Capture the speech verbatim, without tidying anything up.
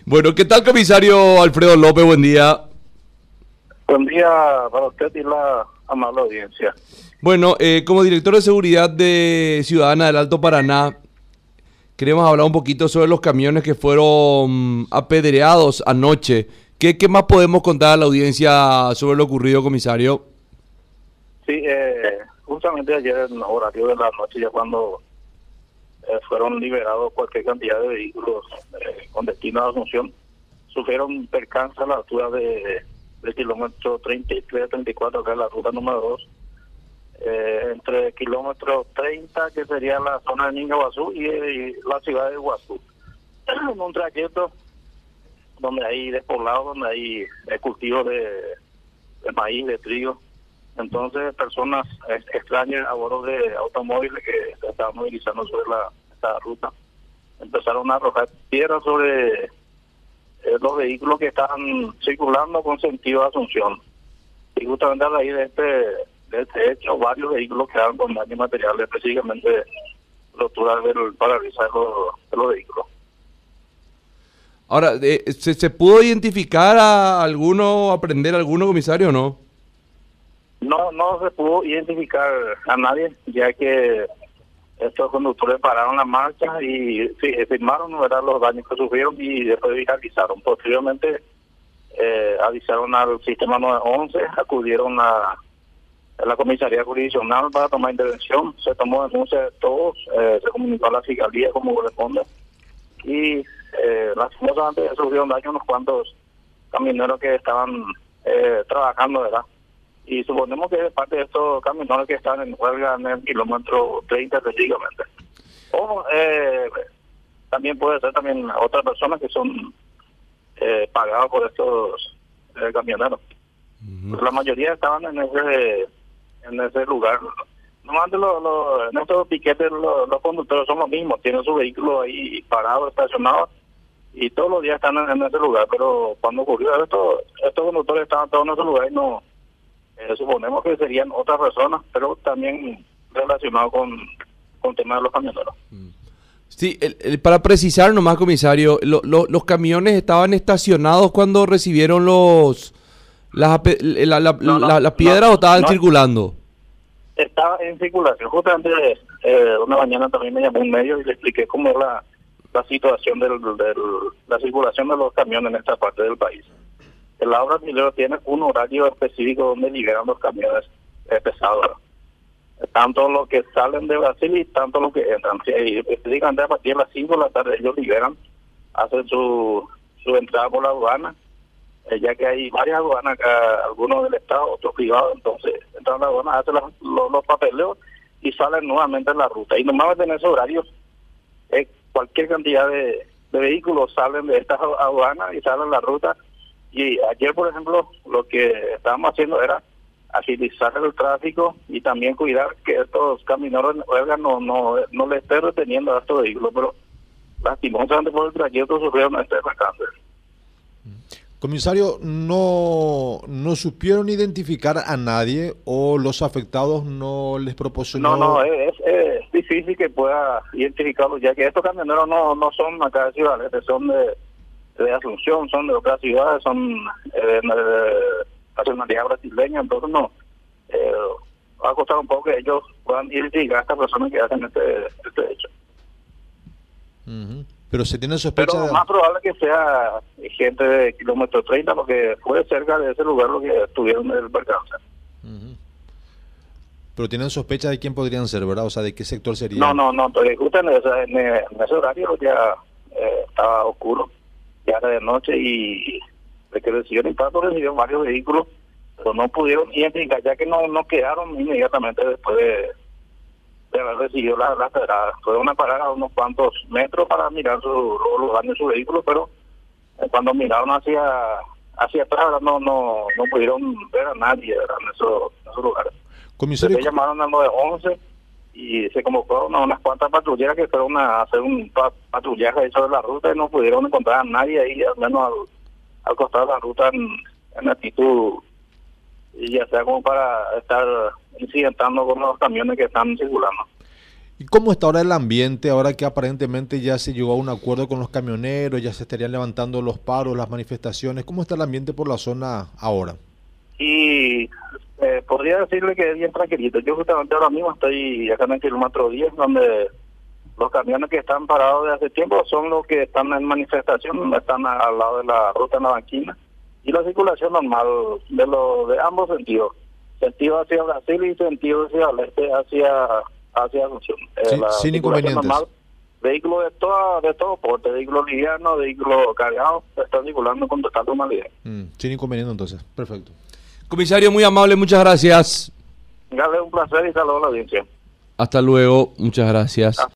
Bueno, ¿qué tal, comisario Alfredo López? Buen día. Buen día para usted y la amable audiencia. Bueno, eh, como director de seguridad de Ciudadana del Alto Paraná, queremos hablar un poquito sobre los camiones que fueron apedreados anoche. ¿Qué, qué más podemos contar a la audiencia sobre lo ocurrido, comisario? Sí, eh, justamente ayer en horario de la noche, ya cuando eh, fueron liberados cualquier cantidad de vehículos eh, con destino a Asunción, sufrieron percance a la altura de, del kilómetro treinta y tres, treinta y cuatro, que es la ruta número dos, eh, entre kilómetro treinta, que sería la zona de Niño Guazú, y, y la ciudad de Guazú. En un trayecto donde hay despoblado, donde hay eh, cultivos de, de maíz, de trigo. Entonces, personas eh, extrañas a bordo de automóviles que se estaban movilizando sobre la esta ruta empezaron a arrojar piedras sobre eh, los vehículos que estaban circulando con sentido de Asunción. Y justamente a raíz de este, de este hecho, varios vehículos quedaron con daños materiales, específicamente rotura del parabrisas de los, de los vehículos. Ahora, eh, ¿se, ¿se pudo identificar a alguno, aprender a alguno, comisario, o no? No, no se pudo identificar a nadie, ya que estos conductores pararon la marcha y sí, firmaron, ¿verdad?, los daños que sufrieron y después avisaron. Posteriormente eh, avisaron al sistema nueve once, acudieron a, a la comisaría jurisdiccional para tomar intervención. Se tomó denuncia de todos, eh, se comunicó a la fiscalía como corresponde y eh, lastimosamente sufrieron daño unos cuantos camioneros que estaban eh, trabajando, ¿verdad? Y suponemos que es parte de estos camioneros que están en huelga en el kilómetro treinta específicamente. O eh, también puede ser también otras personas que son eh, pagadas por estos eh, camioneros. Uh-huh. La mayoría estaban en ese en ese lugar. Normalmente lo, lo, en estos piquetes lo, los conductores son los mismos, tienen su vehículo ahí parado, estacionado, y todos los días están en, en ese lugar. Pero cuando ocurrió esto, estos conductores estaban todos en ese lugar y no... Eh, suponemos que serían otras personas, pero también relacionado con con el tema de los camioneros. Sí, el, el, para precisar nomás, comisario, lo, lo, los camiones estaban estacionados cuando recibieron los las la, la, no, no, la, la piedra no, o estaban no, circulando. Estaba en circulación. Justamente eh, una mañana también me llamó un medio y le expliqué cómo es la, la situación de del, del, la circulación de los camiones en esta parte del país. El Obras Mineras tiene un horario específico donde liberan los camiones eh, pesados. Tanto los que salen de Brasil y tanto los que entran. Sí, específicamente a partir de las cinco de la tarde ellos liberan, hacen su, su entrada por la aduana, eh, ya que hay varias aduanas acá, algunos del Estado, otros privados. Entonces entran a la aduana, hacen los, los, los papeleos y salen nuevamente en la ruta. Y normalmente en esos horarios eh, cualquier cantidad de, de vehículos salen de estas aduanas y salen en la ruta. Y ayer, por ejemplo, lo que estábamos haciendo era agilizar el tráfico y también cuidar que estos camioneros no, no, no le estén reteniendo a estos vehículos, pero lastimosamente por el trayecto sufrieron este percance. Comisario, ¿no, no supieron identificar a nadie o los afectados no les proporcionó? No, no, es, es difícil que pueda identificarlos, ya que estos camioneros no, no son acá de Ciudad Este, son de... de Asunción, son de otras ciudades, son eh, de nacionalidad brasileña, entonces no, eh, va a costar un poco que ellos puedan identificar a estas personas que hacen este, este hecho. Uh-huh. Pero se tiene sospecha. Pero de... más probable que sea gente de kilómetro treinta, porque fue cerca de ese lugar lo que estuvieron en el percance. Uh-huh. Pero tienen sospecha de quién podrían ser, ¿verdad? O sea, ¿de qué sector sería? No, no, no, justo en ese, en, en ese horario ya eh, estaba oscuro, ya era de noche, y de que recibieron impacto recibieron varios vehículos, pero no pudieron identificar, ya que no, no quedaron inmediatamente después de, de haber recibido las la pedradas. Fue una parada de unos cuantos metros para mirar su, los daños de su vehículo, pero eh, cuando miraron hacia hacia atrás no no no pudieron ver a nadie, ¿verdad?, en esos, en esos lugares. Comisario, se llamaron al nueve once y se convocó a unas cuantas patrulleras que fueron a hacer un patrullaje ahí sobre la ruta y no pudieron encontrar a nadie ahí, al menos al, al costado de la ruta en, en actitud, y ya sea como para estar incidentando con los camiones que están circulando. ¿Y cómo está ahora el ambiente, ahora que aparentemente ya se llegó a un acuerdo con los camioneros, ya se estarían levantando los paros, las manifestaciones? ¿Cómo está el ambiente por la zona ahora? Y eh, podría decirle que es bien tranquilito. Yo justamente ahora mismo estoy acá en el kilómetro diez, donde los camiones que están parados desde hace tiempo son los que están en manifestación, están a- al lado de la ruta Navanquina, y la circulación normal de los de ambos sentidos, sentido hacia Brasil y sentido hacia el este, hacia hacia Asunción. Eh, Sí, la sin circulación inconvenientes. normal, vehículos de toda, de todo porte, vehículos livianos, vehículos cargados, están circulando con total normalidad. Mm, sin inconveniente entonces, perfecto. Comisario, muy amable, muchas gracias. Dale un placer y saludos a la audiencia. Hasta luego, muchas gracias.